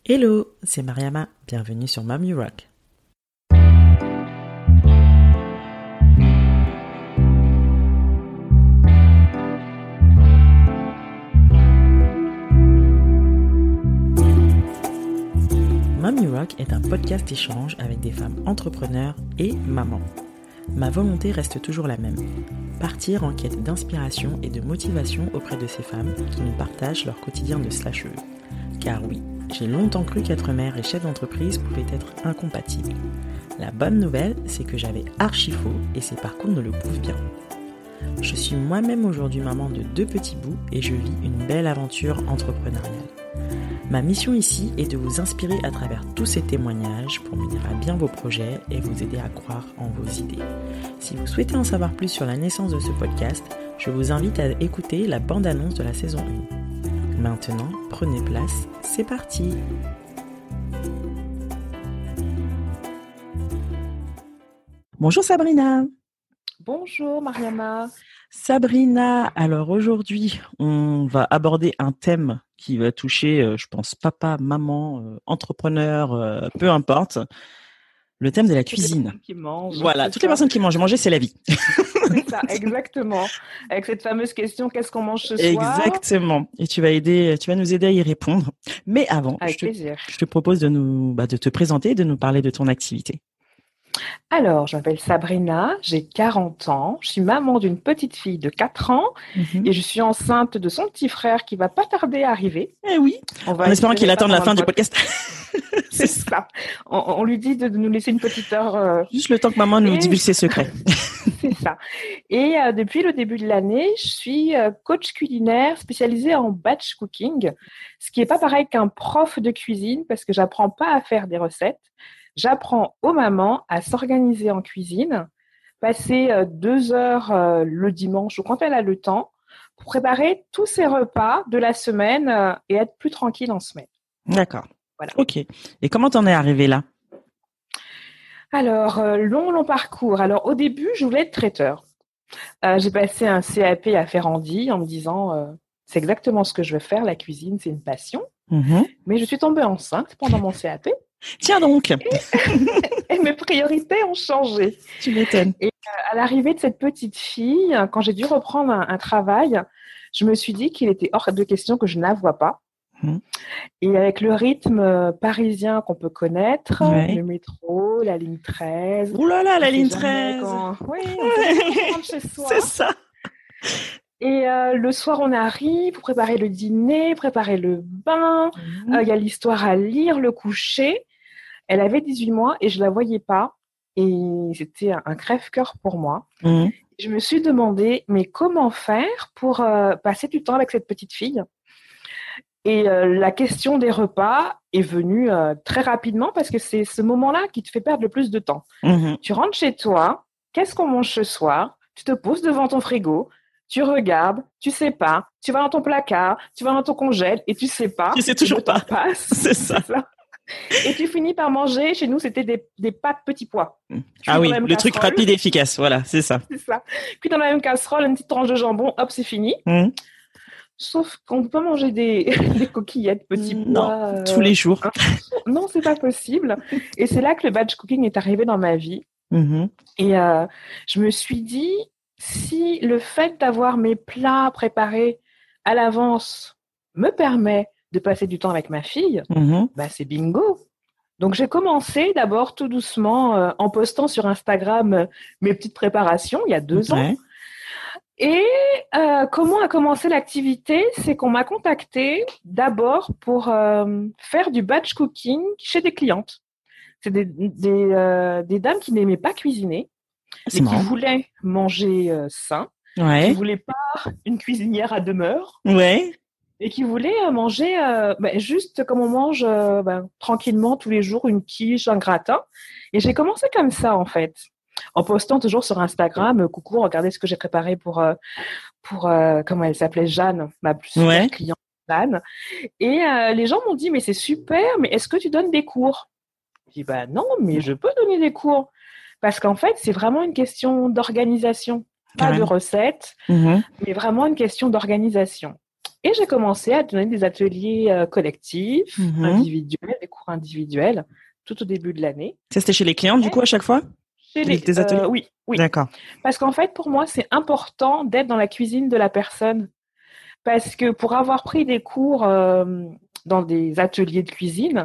Hello, c'est Mariama, bienvenue sur Mommy Rock. Mommy Rock est un podcast échange avec des femmes entrepreneurs et mamans. Ma volonté reste toujours la même, partir en quête d'inspiration et de motivation auprès de ces femmes qui nous partagent leur quotidien de slasheuse. Car oui, j'ai longtemps cru qu'être mère et chef d'entreprise pouvaient être incompatibles. La bonne nouvelle, c'est que j'avais archi faux et ces parcours ne le prouvent bien. Je suis moi-même aujourd'hui maman de 2 petits bouts et je vis une belle aventure entrepreneuriale. Ma mission ici est de vous inspirer à travers tous ces témoignages pour mener à bien vos projets et vous aider à croire en vos idées. Si vous souhaitez en savoir plus sur la naissance de ce podcast, je vous invite à écouter la bande-annonce de la saison 1. Maintenant, prenez place, c'est parti! Bonjour Sabrina! Bonjour Mariama. Sabrina, alors aujourd'hui, on va aborder un thème qui va toucher, je pense, papa, maman, entrepreneur, peu importe. Le thème de la cuisine. Toutes les personnes qui mangent. Voilà, toutes les personnes qui mangent. Manger, c'est la vie. C'est ça, exactement. Avec cette fameuse question, qu'est-ce qu'on mange ce soir ? Exactement. Et tu vas nous aider à y répondre. Mais avant, avec plaisir. Je te propose de te présenter et de nous parler de ton activité. Alors, je m'appelle Sabrina, j'ai 40 ans, je suis maman d'une petite fille de 4 ans et je suis enceinte de son petit frère qui va pas tarder à arriver. Eh oui, en espérant qu'il attende la fin du podcast. C'est ça. On lui dit de nous laisser une petite heure. Juste le temps que maman nous divulgue ses secrets. C'est ça. Et depuis le début de l'année, je suis coach culinaire spécialisée en batch cooking, ce qui est pas pareil qu'un prof de cuisine parce que j'apprends pas à faire des recettes. J'apprends aux mamans à s'organiser en cuisine, passer 2 heures le dimanche ou quand elle a le temps pour préparer tous ses repas de la semaine et être plus tranquille en semaine. D'accord. Voilà. Ok. Et comment t'en es arrivée là ? Alors, long parcours. Alors, au début, je voulais être traiteur. J'ai passé un CAP à Ferrandi en me disant c'est exactement ce que je veux faire, la cuisine, c'est une passion. Mais je suis tombée enceinte pendant mon CAP. Tiens donc. Et mes priorités ont changé. Tu m'étonnes. Et à l'arrivée de cette petite fille, quand j'ai dû reprendre un travail, je me suis dit qu'il était hors de question que je n'avoie pas. Et avec le rythme parisien qu'on peut connaître, le métro, la ligne 13. Ouh là là, la ligne 13. Oui, on rentre chez soi. C'est ça. Et le soir, on arrive pour préparer le dîner, préparer le bain. Il y a l'histoire à lire, le coucher. Elle avait 18 mois et je la voyais pas. Et c'était un crève-cœur pour moi. Je me suis demandé, mais comment faire pour passer du temps avec cette petite fille ? Et la question des repas est venue très rapidement parce que c'est ce moment-là qui te fait perdre le plus de temps. Tu rentres chez toi, qu'est-ce qu'on mange ce soir ? Tu te poses devant ton frigo, tu regardes, tu sais pas, tu vas dans ton placard, tu vas dans ton congèle et tu sais pas. Tu sais toujours pas. C'est ça. Et tu finis par manger. Chez nous, c'était des pâtes petits pois. Ah oui, le truc rapide et efficace. Voilà, c'est ça. C'est ça. Puis dans la même casserole, une petite tranche de jambon, hop, c'est fini. Sauf qu'on ne peut pas manger des coquillettes, petits pois. Non, tous les jours. Non, c'est pas possible. Et c'est là que le batch cooking est arrivé dans ma vie. Et je me suis dit, si le fait d'avoir mes plats préparés à l'avance me permet de passer du temps avec ma fille, c'est bingo. Donc, j'ai commencé d'abord tout doucement en postant sur Instagram mes petites préparations il y a 2 ans. Et comment a commencé l'activité ? C'est qu'on m'a contactée d'abord pour faire du batch cooking chez des clientes. C'est des dames qui n'aimaient pas cuisiner, mais qui voulaient manger sain, qui voulaient pas une cuisinière à demeure. Et qui voulait manger juste comme on mange tranquillement tous les jours, une quiche, un gratin. Et j'ai commencé comme ça, en fait, en postant toujours sur Instagram, coucou, regardez ce que j'ai préparé pour comment elle s'appelait, Jeanne, ma plus super cliente, Jeanne. Et les gens m'ont dit, mais c'est super, mais est-ce que tu donnes des cours ? J'ai dit, non, mais je peux donner des cours. Parce qu'en fait, c'est vraiment une question d'organisation, pas de recette, mais vraiment une question d'organisation. Et j'ai commencé à donner des ateliers collectifs, individuels, des cours individuels, tout au début de l'année. Ça, c'était chez les clientes, du coup, à chaque fois? Tes ateliers? Oui. D'accord. Parce qu'en fait, pour moi, c'est important d'être dans la cuisine de la personne. Parce que pour avoir pris des cours dans des ateliers de cuisine,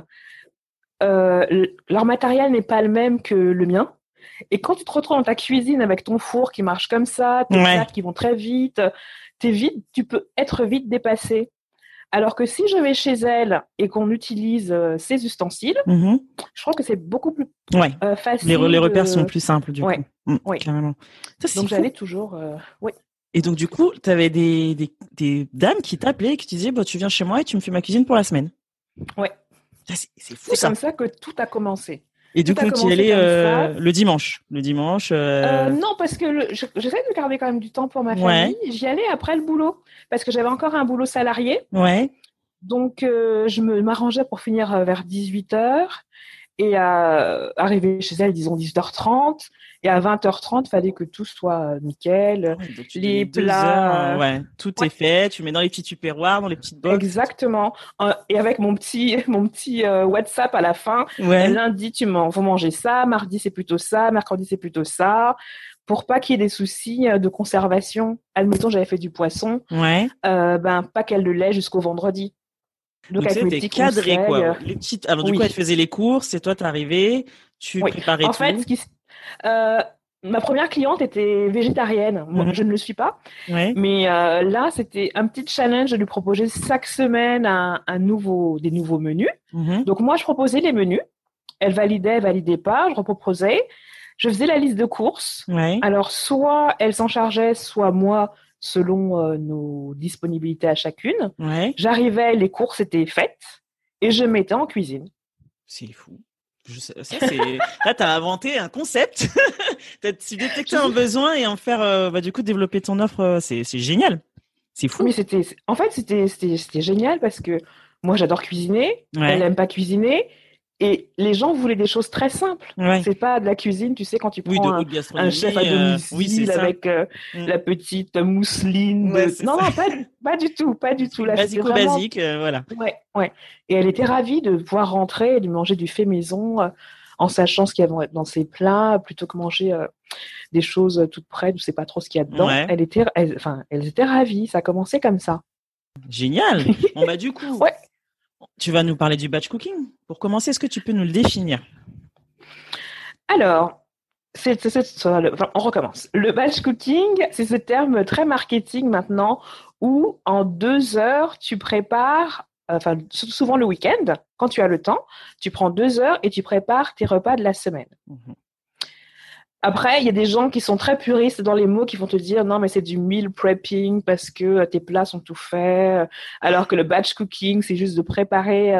leur matériel n'est pas le même que le mien. Et quand tu te retrouves dans ta cuisine avec ton four qui marche comme ça, tes plats qui vont très vite, tu peux être vite dépassé. Alors que si je vais chez elle et qu'on utilise ses ustensiles, je crois que c'est beaucoup plus facile. Les repères sont plus simples, du coup. Oui. Carrément. Donc, j'allais toujours... oui. Et donc, du coup, tu avais des dames qui t'appelaient et qui te disaient tu viens chez moi et tu me fais ma cuisine pour la semaine. Ouais. C'est fou, c'est ça. Comme ça que tout a commencé. Et du coup, tu y allais le dimanche. Non, parce que j'essaie de garder quand même du temps pour ma famille. J'y allais après le boulot parce que j'avais encore un boulot salarié. Ouais. Donc, je m'arrangeais pour finir vers 18h et arriver chez elle, disons 18h30. Et à 20h30, il fallait que tout soit nickel. Donc les plats. Tout est fait. Tu mets dans les petits tupperwares, dans les petites box. Exactement. Et avec mon petit WhatsApp à la fin. Lundi, vous mangez ça. Mardi, c'est plutôt ça. Mercredi, c'est plutôt ça. Pour pas qu'il y ait des soucis de conservation. Admettons, j'avais fait du poisson. Pas qu'elle le lait jusqu'au vendredi. Donc c'était cadré, quoi. Les petites. Alors, du coup, elle faisait les courses et toi, t'arrivais, tu préparais tout. En fait, ma première cliente était végétarienne. Moi, je ne le suis pas. Mais là, c'était un petit challenge de lui proposer chaque semaine des nouveaux menus. Donc, moi, je proposais les menus. Elle validait pas. Je reproposais. Je faisais la liste de courses. Alors, soit elle s'en chargeait, soit moi, selon nos disponibilités à chacune. J'arrivais, les courses étaient faites et je mettais en cuisine. C'est fou. Là, tu as inventé un concept. Tu détectais un besoin et en faire, du coup, développer ton offre, c'est génial. C'est fou. Mais c'était génial parce que moi, j'adore cuisiner. Elle n'aime pas cuisiner. Et les gens voulaient des choses très simples. C'est pas de la cuisine, tu sais, quand tu prends un chef à domicile avec la petite mousseline. Non, pas du tout. Là, basique, voilà. Ouais. Et elle était ravie de pouvoir rentrer et de manger du fait maison en sachant ce qu'il y avait dans ses plats, plutôt que manger des choses toutes prêtes, où c'est pas trop ce qu'il y a dedans. Elles étaient ravies. Ça a commencé comme ça. Génial. Bon, du coup. Tu vas nous parler du batch cooking. Pour commencer, est-ce que tu peux nous le définir? Alors, on recommence. Le batch cooking, c'est ce terme très marketing maintenant où en 2 heures, tu prépares, souvent le week-end, quand tu as le temps, tu prends 2 heures et tu prépares tes repas de la semaine. Après, il y a des gens qui sont très puristes dans les mots qui vont te dire non, mais c'est du meal prepping parce que tes plats sont tout faits, alors que le batch cooking, c'est juste de préparer,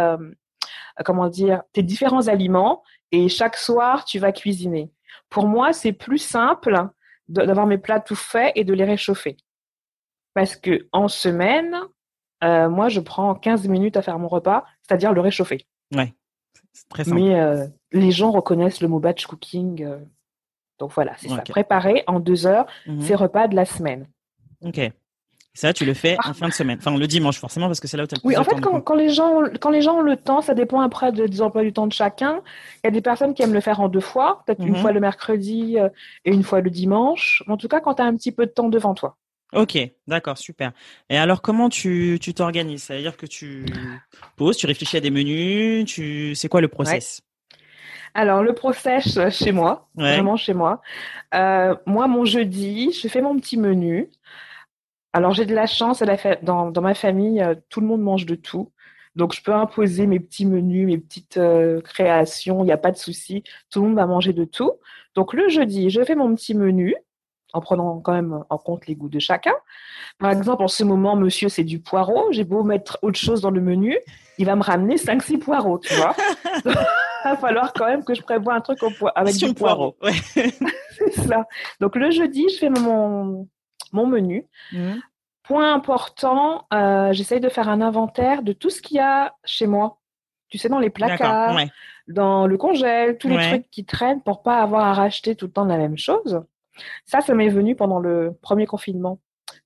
tes différents aliments et chaque soir, tu vas cuisiner. Pour moi, c'est plus simple d'avoir mes plats tout faits et de les réchauffer. Parce que en semaine, moi, je prends 15 minutes à faire mon repas, c'est-à-dire le réchauffer. Ouais, c'est très simple. Mais les gens reconnaissent le mot batch cooking. Donc voilà, c'est ça. Préparer en 2 heures ces repas de la semaine. Ok. Ça, tu le fais en fin de semaine. Enfin, le dimanche, forcément, parce que c'est là où tu as le plus de temps. Oui, en fait, quand les gens ont le temps, ça dépend après des emplois du temps de chacun. Il y a des personnes qui aiment le faire en 2 fois, peut-être une fois le mercredi et une fois le dimanche. En tout cas, quand tu as un petit peu de temps devant toi. Ok, d'accord, super. Et alors, comment tu t'organises? C'est-à-dire que tu poses, tu réfléchis à des menus, c'est quoi le process? Alors, le process chez moi, vraiment chez moi. Moi, mon jeudi, je fais mon petit menu. Alors, j'ai de la chance, dans ma famille, tout le monde mange de tout. Donc, je peux imposer mes petits menus, mes petites créations, il n'y a pas de souci. Tout le monde va manger de tout. Donc, le jeudi, je fais mon petit menu en prenant quand même en compte les goûts de chacun. Par exemple, en ce moment, monsieur, c'est du poireau. J'ai beau mettre autre chose dans le menu, il va me ramener 5-6 poireaux, tu vois. Il va falloir quand même que je prévoie un truc avec du poireau. C'est ça. Donc, le jeudi, je fais mon menu. Point important, j'essaye de faire un inventaire de tout ce qu'il y a chez moi. Tu sais, dans les placards, dans le congèle, tous les trucs qui traînent pour pas avoir à racheter tout le temps la même chose. Ça m'est venu pendant le premier confinement.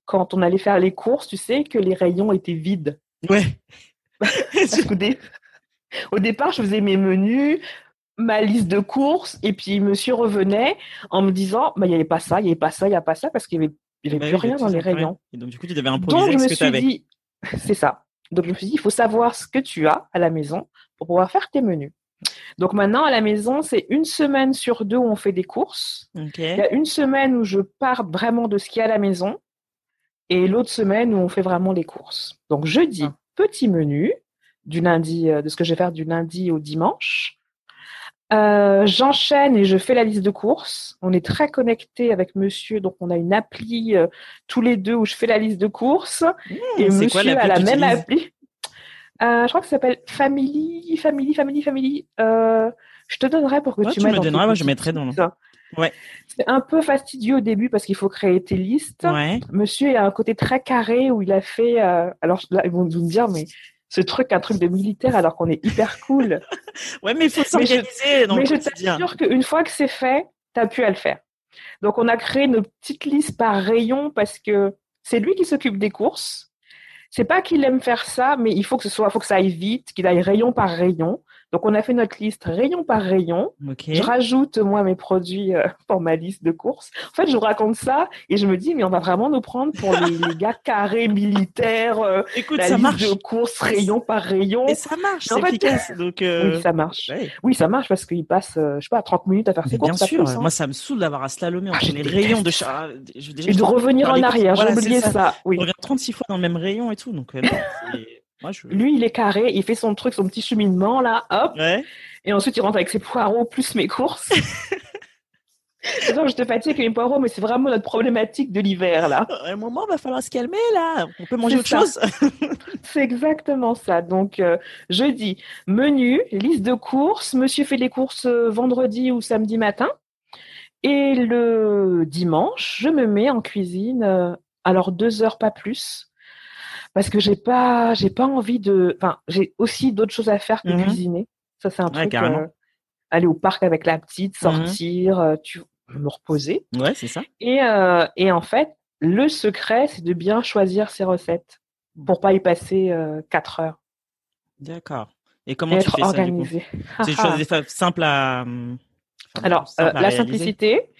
quand on allait faire les courses, tu sais, que les rayons étaient vides. Ouais. Parce qu'au départ, je faisais mes menus, ma liste de courses, et puis monsieur revenait en me disant, il n'y avait pas ça, il n'y avait pas ça, il n'y a pas ça, parce qu'il n'y avait plus rien dans les rayons. Et donc, du coup, tu devais improviser Donc, je avec me ce que tu avais. suis dit, c'est ça. Donc, je me suis dit, il faut savoir ce que tu as à la maison pour pouvoir faire tes menus. Donc, maintenant, à la maison, c'est 1 semaine sur 2 où on fait des courses. Okay. Il y a 1 semaine où je pars vraiment de ce qu'il y a à la maison et l'autre semaine où on fait vraiment les courses. Donc, jeudi, petit menu du lundi, de ce que je vais faire du lundi au dimanche. J'enchaîne et je fais la liste de courses. On est très connectés avec monsieur, donc on a une appli tous les deux où je fais la liste de courses. Et monsieur a la même appli. Je crois que ça s'appelle Family. Je te donnerai pour que tu mettes. Tu me donneras, moi je mettrai dans le. Ouais. C'est un peu fastidieux au début parce qu'il faut créer tes listes. Ouais. Monsieur a un côté très carré où il a fait. Alors là, ils vont me dire, mais ce truc, un truc de militaire alors qu'on est hyper cool. Ouais, mais il faut s'organiser. Mais je t'assure qu'une fois que c'est fait, t'as pu à le faire. Donc, on a créé nos petites listes par rayon parce que c'est lui qui s'occupe des courses. C'est pas qu'il aime faire ça, mais il faut que ça aille vite, qu'il aille rayon par rayon. Donc, on a fait notre liste rayon par rayon. Okay. Je rajoute, moi, mes produits pour ma liste de courses. En fait, je vous raconte ça et je me dis, mais on va vraiment nous prendre pour les gars carrés militaires. Écoute, la ça liste marche. de courses rayon par rayon. Et ça marche, c'est efficace. Donc, Oui, ça marche. Ouais. Oui, ça marche parce qu'il passe, je sais pas, 30 minutes à faire ses courses. Bien sûr. Moi, ça me saoule d'avoir à slalomer entre les rayons de chat. Et de revenir en arrière. J'ai oublié ça. Oui. Je reviens 36 fois dans le même rayon et tout. Donc, moi, lui, il est carré, il fait son truc, son petit cheminement, là, hop. Ouais. Et ensuite, il rentre avec ses poireaux plus mes courses. Non, je te fatigue avec mes poireaux, mais c'est vraiment notre problématique de l'hiver, là. À un moment, il va falloir se calmer, là. On peut manger autre chose. C'est exactement ça. Donc, jeudi, menu, liste de courses. Monsieur fait les courses vendredi ou samedi matin. Et le dimanche, je me mets en cuisine, alors 2 heures, pas plus. Parce que j'ai pas envie de. Enfin, j'ai aussi d'autres choses à faire que cuisiner. Ça, c'est un truc. Aller au parc avec la petite, sortir, me reposer. Ouais, c'est ça. Et en fait, le secret, c'est de bien choisir ses recettes pour pas y passer 4 heures. D'accord. Et comment tu fais organisé. Ça du coup? C'est des choses simples à. Alors, la simplicité.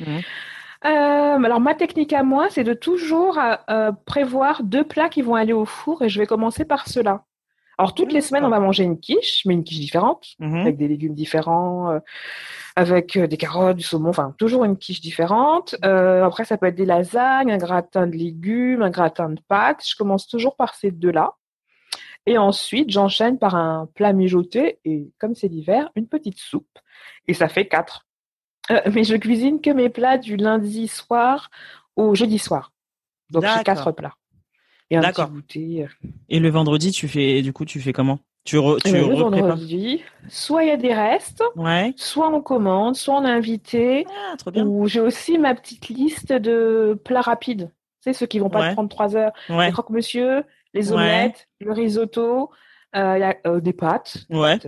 Alors, ma technique à moi, c'est de toujours prévoir 2 plats qui vont aller au four et je vais commencer par ceux-là. Alors, toutes les semaines, on va manger une quiche, mais une quiche différente, avec des légumes différents, avec des carottes, du saumon, enfin, toujours une quiche différente. Après, ça peut être des lasagnes, un gratin de légumes, un gratin de pâtes. Je commence toujours par ces 2-là. Et ensuite, j'enchaîne par un plat mijoté et, comme c'est l'hiver, une petite soupe. Et ça fait 4. Mais je cuisine que mes plats du lundi soir au jeudi soir. Donc, j'ai 4 plats. Et un petit goûter. Et le vendredi, tu fais comment? Le vendredi, soit il y a des restes, soit on commande, soit on est invité. Ah, trop bien. Ou j'ai aussi ma petite liste de plats rapides. Tu sais, ceux qui vont pas te prendre 3 heures. Les croque-monsieur, les omelettes, le risotto, des pâtes.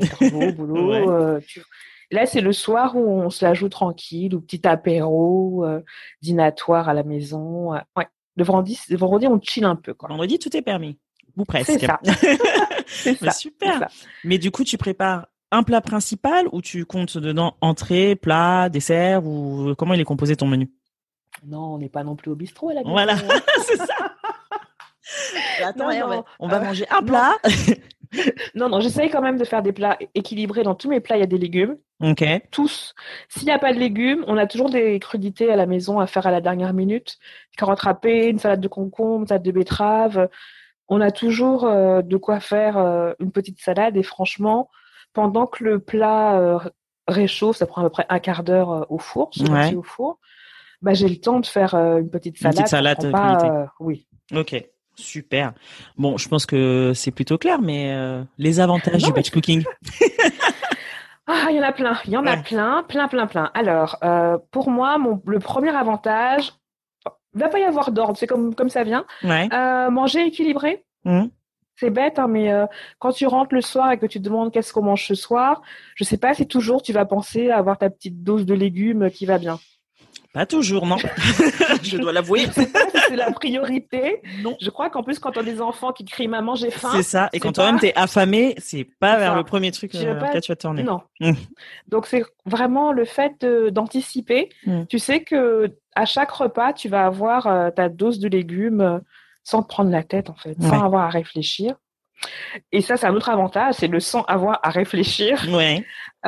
Boulot. Là, c'est le soir où on se la joue tranquille, ou petit apéro, dînatoire à la maison. Ouais. Le vendredi, on chill un peu, quoi. Vendredi, tout est permis. Ou presque. C'est ça. C'est ça. Super. C'est ça. Mais du coup, tu prépares un plat principal ou tu comptes dedans entrée, plat, dessert ou comment il est composé ton menu? Non, on n'est pas non plus au bistrot à la maison. Voilà, c'est ça. Attends, on va manger un plat. Non, j'essaye quand même de faire des plats équilibrés. Dans tous mes plats, il y a des légumes. Ok. Tous. S'il n'y a pas de légumes, on a toujours des crudités à la maison à faire à la dernière minute. Carottes râpées, une salade de concombre, une salade de betterave. On a toujours de quoi faire une petite salade. Et franchement, pendant que le plat réchauffe, ça prend à peu près un quart d'heure au four, au four, bah, j'ai le temps de faire une petite salade. Une petite salade oui. Ok. Super. Bon, je pense que c'est plutôt clair, mais les avantages du batch cooking. Il y en a plein. Il y en a plein. Alors, pour moi, le premier avantage, il ne va pas y avoir d'ordre, c'est comme ça vient. Manger équilibré. C'est bête, hein, mais quand tu rentres le soir et que tu te demandes qu'est-ce qu'on mange ce soir, je ne sais pas si toujours tu vas penser à avoir ta petite dose de légumes qui va bien. Pas toujours, non. Je dois l'avouer. c'est la priorité. Non. Je crois qu'en plus, quand on a des enfants qui crient maman, j'ai faim. C'est ça. Et quand toi-même t'es affamé, c'est pas vers le premier truc vers lequel tu vas te tourner. Non. Donc c'est vraiment le fait d'anticiper. Tu sais que à chaque repas, tu vas avoir ta dose de légumes sans te prendre la tête en fait, sans avoir à réfléchir. Et ça, c'est un autre avantage, c'est le sans avoir à réfléchir. Ouais.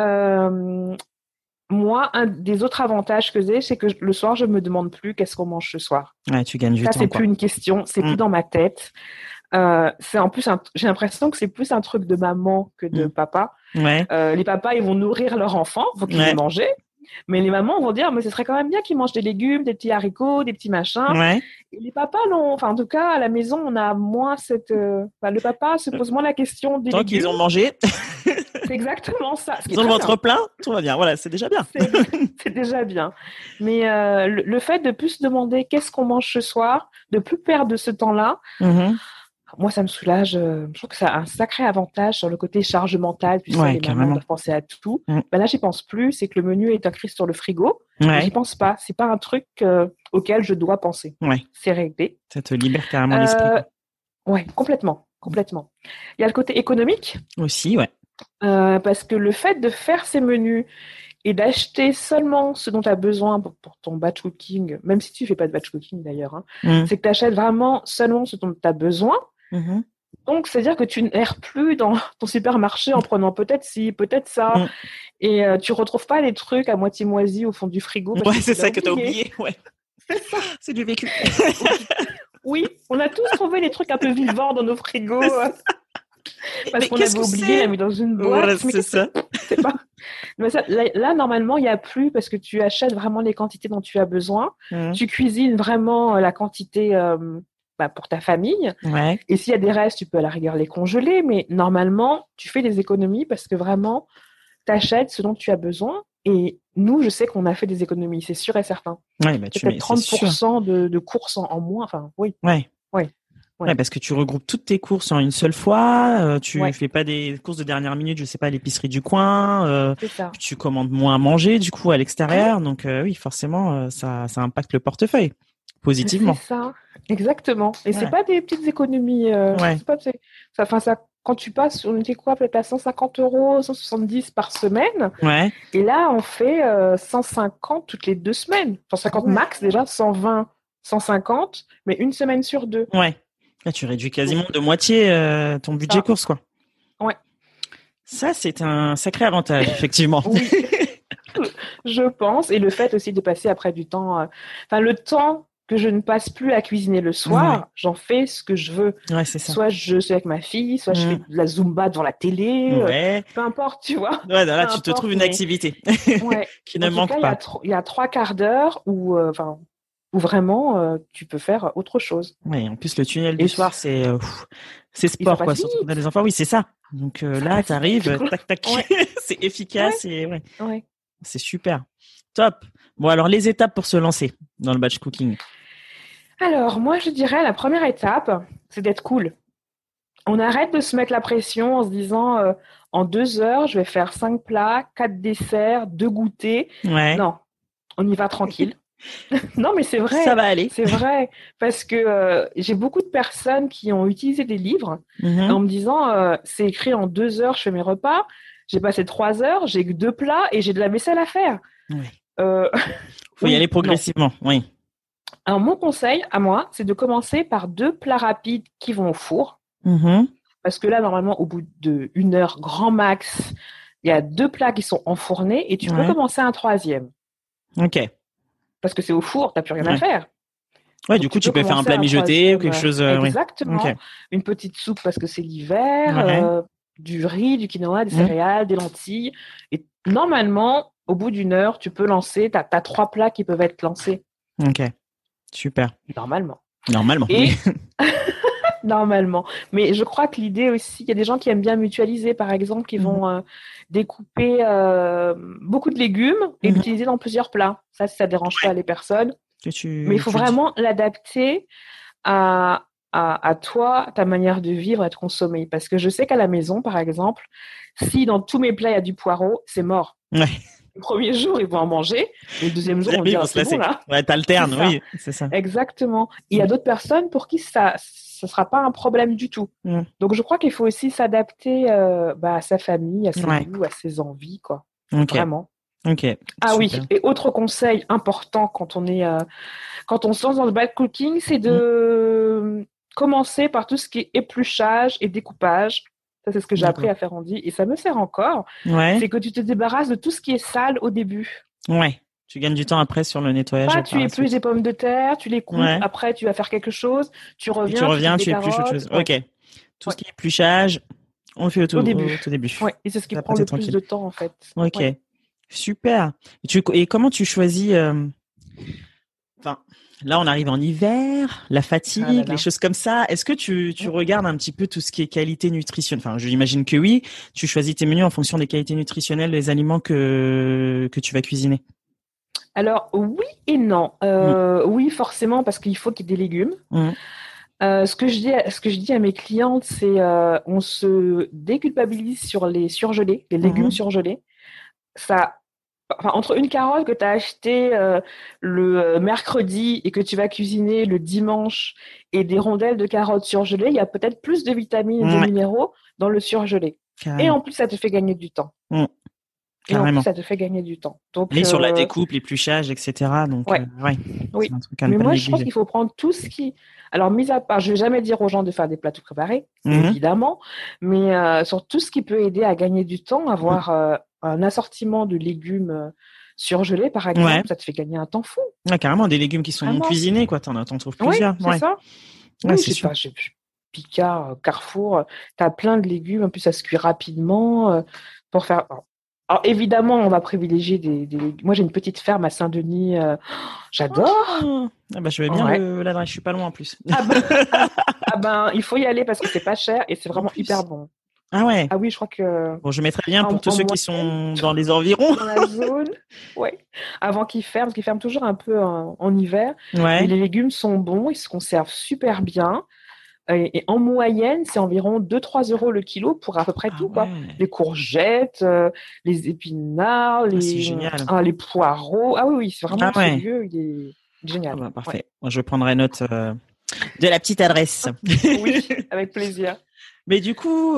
Moi, un des autres avantages que j'ai, c'est que le soir, je me demande plus qu'est-ce qu'on mange ce soir. Ouais, tu gagnes du temps. Ça, c'est plus une question, c'est plus dans ma tête. C'est en plus, j'ai l'impression que c'est plus un truc de maman que de papa. Ouais. Les papas, ils vont nourrir leur enfant, faut qu'ils aient mangé. Mais les mamans vont dire, mais ce serait quand même bien qu'ils mangent des légumes, des petits haricots, des petits machins. Ouais. Et les papas, non. Enfin, en tout cas, à la maison, on a moins cette. Le papa se pose moins la question des légumes. Tant qu'ils ont mangé. C'est exactement ça. Ils ont le ventre plein, tout va bien. Voilà, c'est déjà bien. C'est déjà bien. Mais le fait de plus se demander qu'est-ce qu'on mange ce soir, de plus perdre ce temps-là. Moi, ça me soulage. Je trouve que ça a un sacré avantage sur le côté charge mentale. Tu sais, les mamans doivent penser à tout. Ben là, j'y pense plus. C'est que le menu est inscrit sur le frigo. J'y pense pas. C'est pas un truc auquel je dois penser. C'est réglé. Ça te libère carrément l'esprit. Ouais, complètement. Il y a le côté économique. Aussi, ouais. Parce que le fait de faire ces menus et d'acheter seulement ce dont tu as besoin pour ton batch cooking, même si tu fais pas de batch cooking d'ailleurs, c'est que tu achètes vraiment seulement ce dont tu as besoin. Donc, c'est-à-dire que tu n'erres plus dans ton supermarché en prenant peut-être ci, peut-être ça. Et tu retrouves pas les trucs à moitié moisis au fond du frigo. Ouais, c'est ça que tu as oublié. Ouais. C'est ça. C'est du vécu. Oui, on a tous trouvé les trucs un peu vivants dans nos frigos. Parce qu'on avait oublié, l'a mis dans une boîte. Voilà, c'est ça. C'est pas... Mais ça, là, normalement, il n'y a plus parce que tu achètes vraiment les quantités dont tu as besoin. Tu cuisines vraiment la quantité pour ta famille. Ouais. Et s'il y a des restes, tu peux à la rigueur les congeler. Mais normalement, tu fais des économies parce que vraiment, tu achètes ce dont tu as besoin. Et nous, je sais qu'on a fait des économies, c'est sûr et certain. Ouais, bah, peut-être 30% de courses en moins. Enfin, oui. Ouais, parce que tu regroupes toutes tes courses en une seule fois. Tu fais pas des courses de dernière minute, je sais pas, à l'épicerie du coin. Tu commandes moins à manger du coup à l'extérieur. Donc oui, forcément, ça impacte le portefeuille positivement. C'est ça, exactement. Et c'est pas des petites économies. Quand tu passes, on était quoi, peut-être à 150 €, 170 par semaine. Ouais. Et là, on fait 150 toutes les 2 semaines. 150 max déjà, 120, 150, mais une semaine sur 2. Ouais. Là, tu réduis quasiment de moitié ton budget course, quoi. Ouais. Ça, c'est un sacré avantage, effectivement. Oui. Je pense. Et le fait aussi de passer après du temps... le temps que je ne passe plus à cuisiner le soir, j'en fais ce que je veux. Ouais, c'est ça. Soit je suis avec ma fille, soit je fais de la Zumba devant la télé. Peu importe, tu vois. Ouais, là, tu te trouves une activité qui ne manque pas. Il y a 3/4 d'heure où vraiment tu peux faire autre chose. Oui, en plus le tunnel du soir c'est sport quoi, surtout quand on a des enfants. Oui, c'est ça. Donc là, tu arrives, tac tac, c'est efficace et c'est super. Top. Bon, alors les étapes pour se lancer dans le batch cooking. Alors, moi je dirais la première étape, c'est d'être cool. On arrête de se mettre la pression en se disant en 2 heures, je vais faire 5 plats, 4 desserts, 2 goûters. Ouais. Non, on y va tranquille. Non, mais c'est vrai. Ça va aller. C'est vrai. Parce que j'ai beaucoup de personnes qui ont utilisé des livres en me disant c'est écrit en 2 heures, je fais mes repas. J'ai passé 3 heures, j'ai 2 plats et j'ai de la vaisselle à faire. Faut y aller progressivement. Oui. Alors, mon conseil à moi, c'est de commencer par 2 plats rapides qui vont au four. Parce que là, normalement, au bout d'1 heure, grand max, il y a 2 plats qui sont enfournés et tu peux commencer un 3e. Ok. Parce que c'est au four, tu n'as plus rien à faire. Ouais, du coup, tu peux faire un plat mijoté ou quelque chose. Exactement. Okay. Une petite soupe parce que c'est l'hiver, du riz, du quinoa, des céréales, des lentilles. Et normalement, au bout d'1 heure, tu peux lancer, tu as 3 plats qui peuvent être lancés. Ok, super. Normalement. Et... Normalement. Mais je crois que l'idée aussi, il y a des gens qui aiment bien mutualiser, par exemple, qui vont découper beaucoup de légumes et l'utiliser dans plusieurs plats. Ça ne dérange pas les personnes. Mais il faut vraiment l'adapter à toi, ta manière de vivre et de consommer. Parce que je sais qu'à la maison, par exemple, si dans tous mes plats, il y a du poireau, c'est mort. Ouais. Le premier jour, ils vont en manger. Et le deuxième jour, on dit, c'est bon, là. Ouais, t'alternes, oui, c'est ça. Exactement. Il y a d'autres personnes pour qui ça sera pas un problème du tout. Donc, je crois qu'il faut aussi s'adapter à sa famille, à ses goûts, à ses envies, quoi. Vraiment. Ok. Ah super. Oui. Et autre conseil important quand on se lance dans le batch cooking, c'est de commencer par tout ce qui est épluchage et découpage. Ça, c'est ce que j'ai appris à faire en Andy et ça me sert encore. Ouais. C'est que tu te débarrasses de tout ce qui est sale au début. Ouais. Tu gagnes du temps après sur le nettoyage. Tu épluches des pommes de terre, tu les coupes. Ouais. Après, tu vas faire quelque chose. Tu reviens, tu épluches autre chose. Ok. Tout ce qui est épluchage, on le fait au début. Ouais. Et c'est ce qui prend le plus de temps en fait. Ok. Ouais. Super. Et comment tu choisis là, on arrive en hiver, la fatigue, les choses comme ça. Est-ce que tu regardes un petit peu tout ce qui est qualité nutritionnelle? Enfin, j'imagine que oui. Tu choisis tes menus en fonction des qualités nutritionnelles des aliments que tu vas cuisiner. Alors, oui et non. Oui, forcément, parce qu'il faut qu'il y ait des légumes. Ce que je dis à mes clientes, c'est on se déculpabilise sur les surgelés, les légumes surgelés. Entre une carotte que tu as achetée le mercredi et que tu vas cuisiner le dimanche et des rondelles de carottes surgelées, il y a peut-être plus de vitamines et de minéraux dans le surgelé. Carrément. Et en plus, ça te fait gagner du temps. Et en plus, ça te fait gagner du temps. Donc, sur la découpe, l'épluchage, etc. Donc, oui. Mais moi, je pense qu'il faut prendre tout ce qui... Alors, mis à part, je vais jamais dire aux gens de faire des plats tout préparés, évidemment, mais sur tout ce qui peut aider à gagner du temps, avoir un assortiment de légumes surgelés, par exemple, ça te fait gagner un temps fou. Ouais, carrément, des légumes qui sont non cuisinés, quoi. T'en trouves plusieurs. Oui, c'est ça. Oui, c'est sûr. Picard, Carrefour, tu as plein de légumes. En plus, ça se cuit rapidement pour faire... Alors, évidemment, on va privilégier des légumes. Moi, j'ai une petite ferme à Saint-Denis. J'adore. Je vais bien l'adresse. Je suis pas loin en plus. Il faut y aller parce que c'est pas cher et c'est vraiment hyper bon. Ah ouais. Ah oui, je crois que. Bon, je mettrai bien pour tous ceux qui sont dans les environs. Dans la zone. Ouais. Avant qu'ils ferment, parce qu'ils ferment toujours un peu en hiver. Ouais. Et les légumes sont bons, ils se conservent super bien. Et en moyenne, c'est environ 2-3 euros le kilo pour à peu près tout, quoi. Les courgettes, les épinards, les poireaux. Ah oui, c'est vraiment ce lieu, il est génial. Parfait. Moi, je prendrai note de la petite adresse. Oui, avec plaisir. Mais du coup,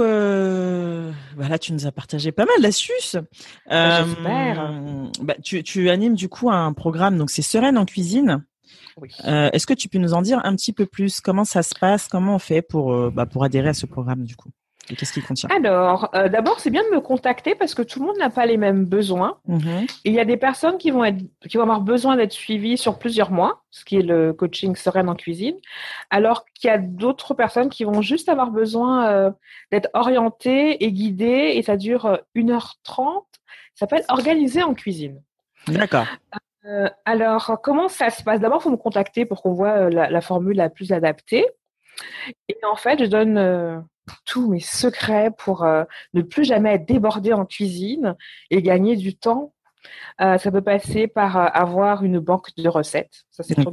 là, tu nous as partagé pas mal d'astuces. J'espère. Tu animes du coup un programme, donc c'est Sereine en cuisine. Oui. Est-ce que tu peux nous en dire un petit peu plus? Comment ça se passe? Comment on fait pour adhérer à ce programme du coup? Et qu'est-ce qu'il contient? Alors, d'abord, c'est bien de me contacter parce que tout le monde n'a pas les mêmes besoins. Il y a des personnes qui vont avoir besoin d'être suivies sur plusieurs mois, ce qui est le coaching Sereine en cuisine, alors qu'il y a d'autres personnes qui vont juste avoir besoin d'être orientées et guidées et ça dure 1h30. Ça s'appelle Organiser en cuisine. D'accord. Alors, comment ça se passe? D'abord, il faut me contacter pour qu'on voit la formule la plus adaptée. Et en fait, je donne tous mes secrets pour ne plus jamais être débordée en cuisine et gagner du temps. Ça peut passer par avoir une banque de recettes. Ça, c'est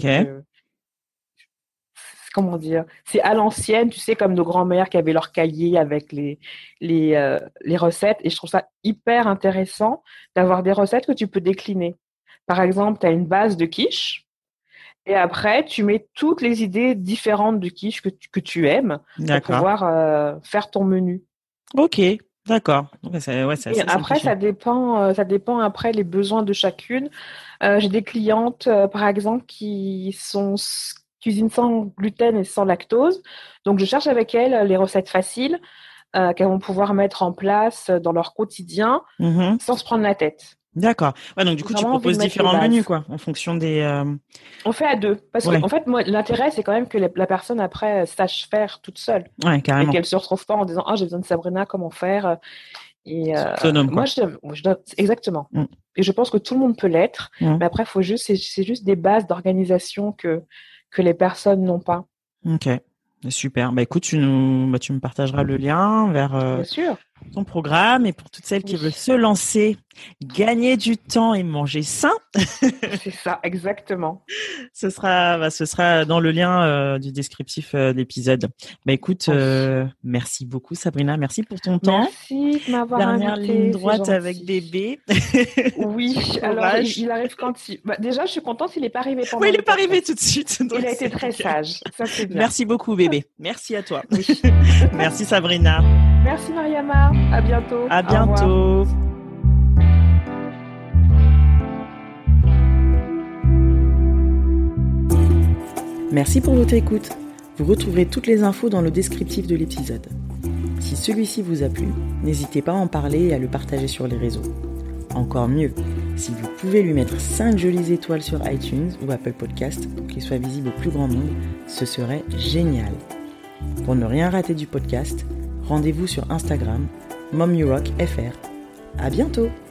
comment dire? C'est à l'ancienne, tu sais, comme nos grands-mères qui avaient leur cahier avec les recettes. Et je trouve ça hyper intéressant d'avoir des recettes que tu peux décliner. Par exemple, tu as une base de quiche et après, tu mets toutes les idées différentes de quiche que tu aimes pour pouvoir faire ton menu. Ok, d'accord. Et après, ça dépend après les besoins de chacune. J'ai des clientes, par exemple, qui cuisinent sans gluten et sans lactose. Donc, je cherche avec elles les recettes faciles qu'elles vont pouvoir mettre en place dans leur quotidien sans se prendre la tête. D'accord. Ouais, donc du coup, tu proposes différents menus, quoi, en fonction des. On fait à deux, parce qu'en fait, moi, l'intérêt, c'est quand même que la personne après sache faire toute seule. Ouais, carrément. Et qu'elle se retrouve pas en disant j'ai besoin de Sabrina, comment faire. Et autonome, moi, je donne exactement. Et je pense que tout le monde peut l'être, mais après, c'est juste des bases d'organisation que les personnes n'ont pas. Ok. Super. Écoute, tu me partageras le lien vers. Bien sûr. ton programme et pour toutes celles qui veulent se lancer, gagner du temps et manger sain. C'est ça, exactement. Ce sera dans le lien du descriptif de l'épisode. Écoute, merci beaucoup Sabrina, merci pour ton temps. Merci de m'avoir Dernière invité. Ligne droite avec bébé. Oui, alors il arrive quand il... déjà, je suis contente, il n'est pas arrivé pendant. Oui, il n'est pas arrivé tout de suite. Il a été très sage, ça c'est bien. Merci beaucoup bébé, merci à toi. Oui. Merci Sabrina. Merci Mariama, à bientôt. À bientôt. Merci pour votre écoute. Vous retrouverez toutes les infos dans le descriptif de l'épisode. Si celui-ci vous a plu, n'hésitez pas à en parler et à le partager sur les réseaux. Encore mieux, si vous pouvez lui mettre 5 jolies étoiles sur iTunes ou Apple Podcast pour qu'il soit visible au plus grand nombre, ce serait génial. Pour ne rien rater du podcast, rendez-vous sur Instagram, MomYouRockFR. À bientôt!